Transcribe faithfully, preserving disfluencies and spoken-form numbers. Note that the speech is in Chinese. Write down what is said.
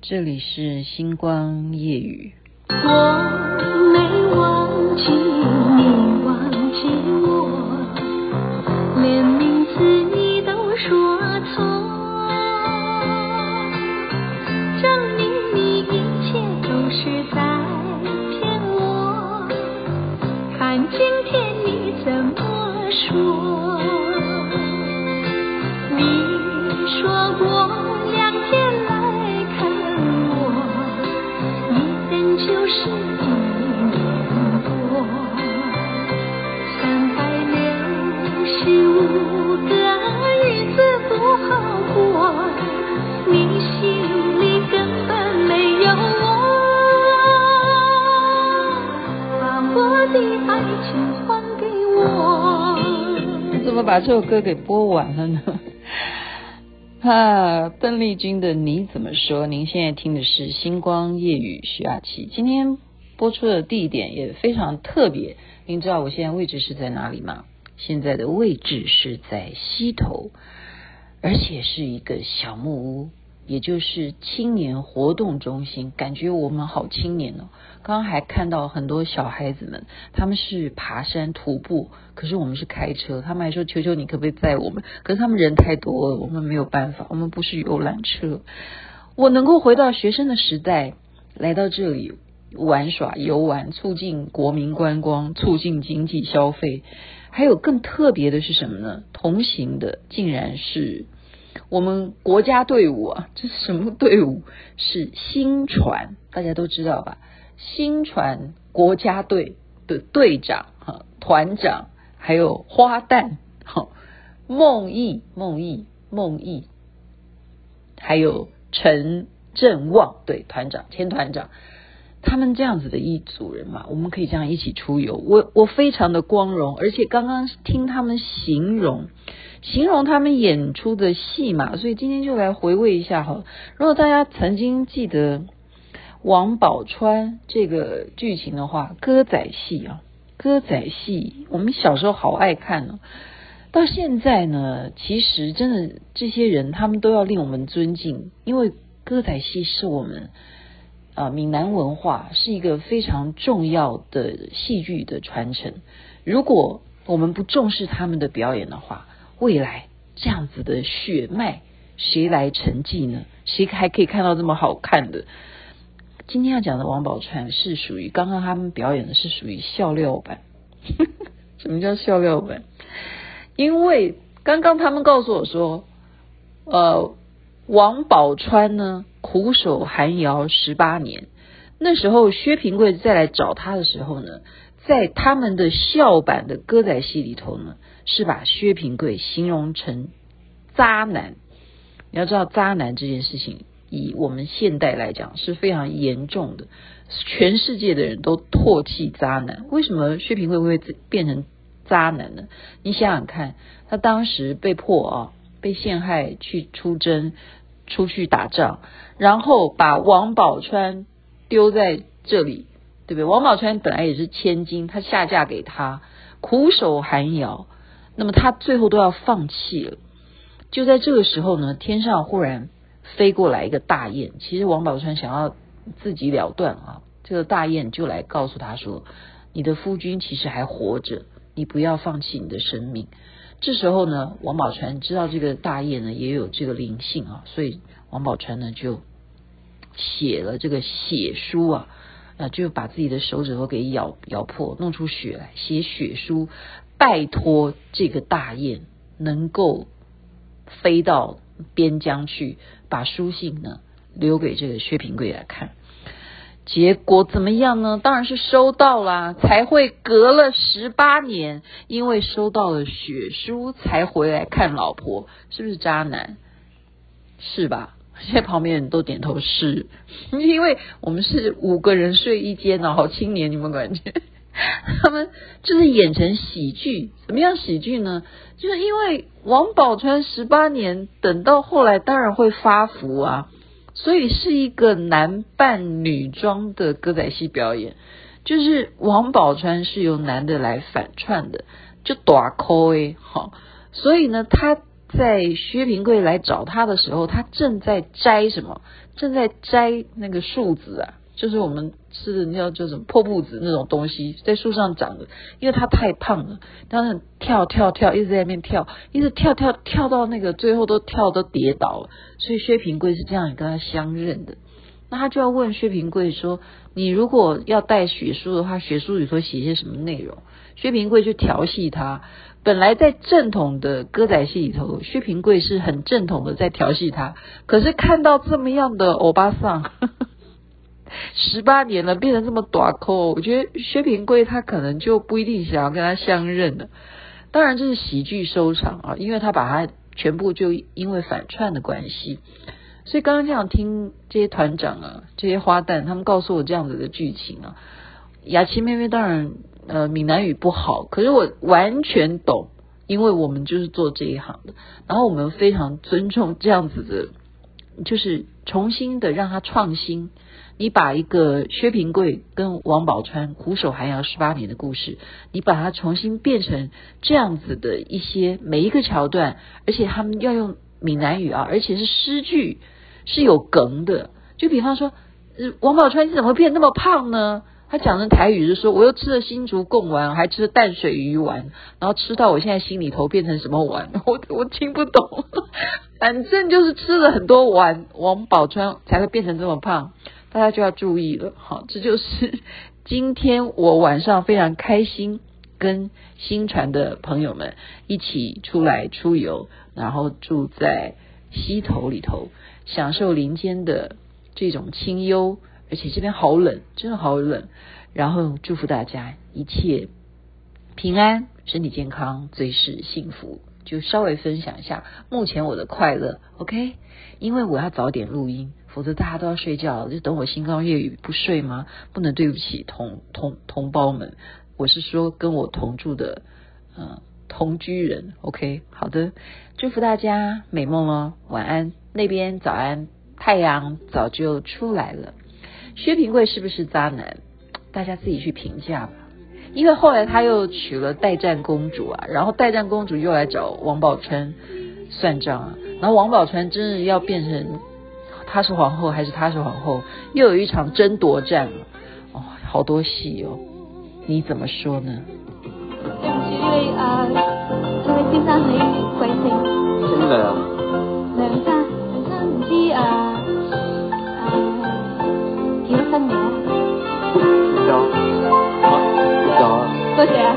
这里是星光夜雨。 我没忘记你忘记我，连名字你都说错，证明你一切都是在骗我，看今天你怎么说。你说过两天来看我，一等就是一年多，三百六十五个日子不好过，你心里根本没有我，把我的爱情还给我。 你怎么把这首歌给播完了呢？啊，邓丽君的你怎么说？您现在听的是星光夜雨徐雅琪。今天播出的地点也非常特别，您知道我现在位置是在哪里吗？现在的位置是在溪头，而且是一个小木屋，也就是青年活动中心。感觉我们好青年哦！刚刚还看到很多小孩子们，他们是爬山徒步，可是我们是开车，他们还说求求你可不可以载我们，可是他们人太多了，我们没有办法，我们不是游览车。我能够回到学生的时代，来到这里玩耍游玩，促进国民观光，促进经济消费。还有更特别的是什么呢？同行的竟然是我们国家队伍啊！这是什么队伍？是新传，大家都知道吧？新传国家队的队长、团长，还有花旦、孟毅、孟毅、孟毅，还有陈正旺，对，团长、前团长。他们这样子的一组人嘛，我们可以这样一起出游，我我非常的光荣，而且刚刚听他们形容形容他们演出的戏嘛，所以今天就来回味一下哈。如果大家曾经记得王宝钏这个剧情的话，歌仔戏啊，歌仔戏我们小时候好爱看哦。到现在呢，其实真的这些人他们都要令我们尊敬，因为歌仔戏是我们呃，闽南文化是一个非常重要的戏剧的传承。如果我们不重视他们的表演的话，未来这样子的血脉谁来承继呢？谁还可以看到这么好看的？今天要讲的王宝钏是属于刚刚他们表演的是属于笑料版。什么叫笑料版？因为刚刚他们告诉我说，呃，王宝钏呢苦守寒窑十八年，那时候薛平贵再来找他的时候呢，在他们的笑版的歌仔戏里头呢，是把薛平贵形容成渣男。你要知道渣男这件事情以我们现代来讲是非常严重的，全世界的人都唾弃渣男。为什么薛平贵会变成渣男呢？你想想看，他当时被迫啊被陷害去出征，出去打仗，然后把王宝钏丢在这里，对不对？王宝钏本来也是千金，她下嫁给他，苦守寒窑，那么他最后都要放弃了。就在这个时候呢，天上忽然飞过来一个大雁，其实王宝钏想要自己了断啊，这个大雁就来告诉他说，你的夫君其实还活着，你不要放弃你的生命。这时候呢，王宝钏知道这个大雁呢也有这个灵性啊，所以王宝钏呢就写了这个血书啊，啊就把自己的手指头给咬咬破，弄出血来，写血书，拜托这个大雁能够飞到边疆去，把书信呢留给这个薛平贵来看。结果怎么样呢？当然是收到啦，才会隔了十八年，因为收到了血书才回来看老婆，是不是渣男？是吧？现在旁边人都点头是，因为我们是五个人睡一间哦，好青年，你们感觉？他们就是演成喜剧。怎么样喜剧呢？就是因为王宝钏十八年，等到后来当然会发福啊。所以是一个男扮女装的歌仔戏表演，就是王宝钏是由男的来反串的，就大哭诶，好，所以呢，他在薛平贵来找他的时候，他正在摘什么？正在摘那个树子啊，就是我们吃的那叫什么破布子那种东西，在树上长的。因为他太胖了，当然跳跳跳，一直在那边跳，一直跳跳跳到那个最后都跳都跌倒了。所以薛平贵是这样跟他相认的。那他就要问薛平贵说，你如果要带血书的话，血书里头写些什么内容？薛平贵就调戏他。本来在正统的歌仔戏里头，薛平贵是很正统的在调戏他，可是看到这么样的欧巴桑十八年了变成这么大扣，我觉得薛平贵他可能就不一定想要跟他相认了。当然这是喜剧收场啊，因为他把他全部就因为反串的关系。所以刚刚这样听这些团长啊，这些花旦他们告诉我这样子的剧情啊，雅琪妹妹当然呃闽南语不好，可是我完全懂，因为我们就是做这一行的，然后我们非常尊重这样子的，就是重新的让他创新。你把一个薛平贵跟王宝钏苦守寒窑十八年的故事，你把它重新变成这样子的一些每一个桥段，而且他们要用闽南语啊，而且是诗句，是有梗的。就比方说呃、王宝钏你怎么变那么胖呢？他讲的台语是说，我又吃了新竹贡丸，还吃了淡水鱼丸，然后吃到我现在心里头变成什么丸，我我听不懂反正就是吃了很多丸，王宝钏才会变成这么胖。大家就要注意了，好，这就是今天我晚上非常开心跟新传的朋友们一起出来出游，然后住在溪头里头，享受林间的这种清幽，而且这边好冷，真的好冷。然后祝福大家一切平安，身体健康，最是幸福。就稍微分享一下目前我的快乐 OK， 因为我要早点录音，否则大家都要睡觉，就等我星光夜语不睡吗？不能对不起同同同胞们，我是说跟我同住的呃同居人 OK。 好的，祝福大家美梦哦，晚安。那边早安，太阳早就出来了。薛平贵是不是渣男？大家自己去评价吧。因为后来他又娶了代战公主啊，然后代战公主又来找王宝钏算账啊，然后王宝钏真的要变成她是皇后还是她是皇后，又有一场争夺战哦，好多戏哦，你怎么说呢？ 對唔住你誒，蔡先生你貴姓？ 姓梁。 梁生，梁生唔知誒誒結咗婚未啊？ 結咗。結咗。 多謝啊。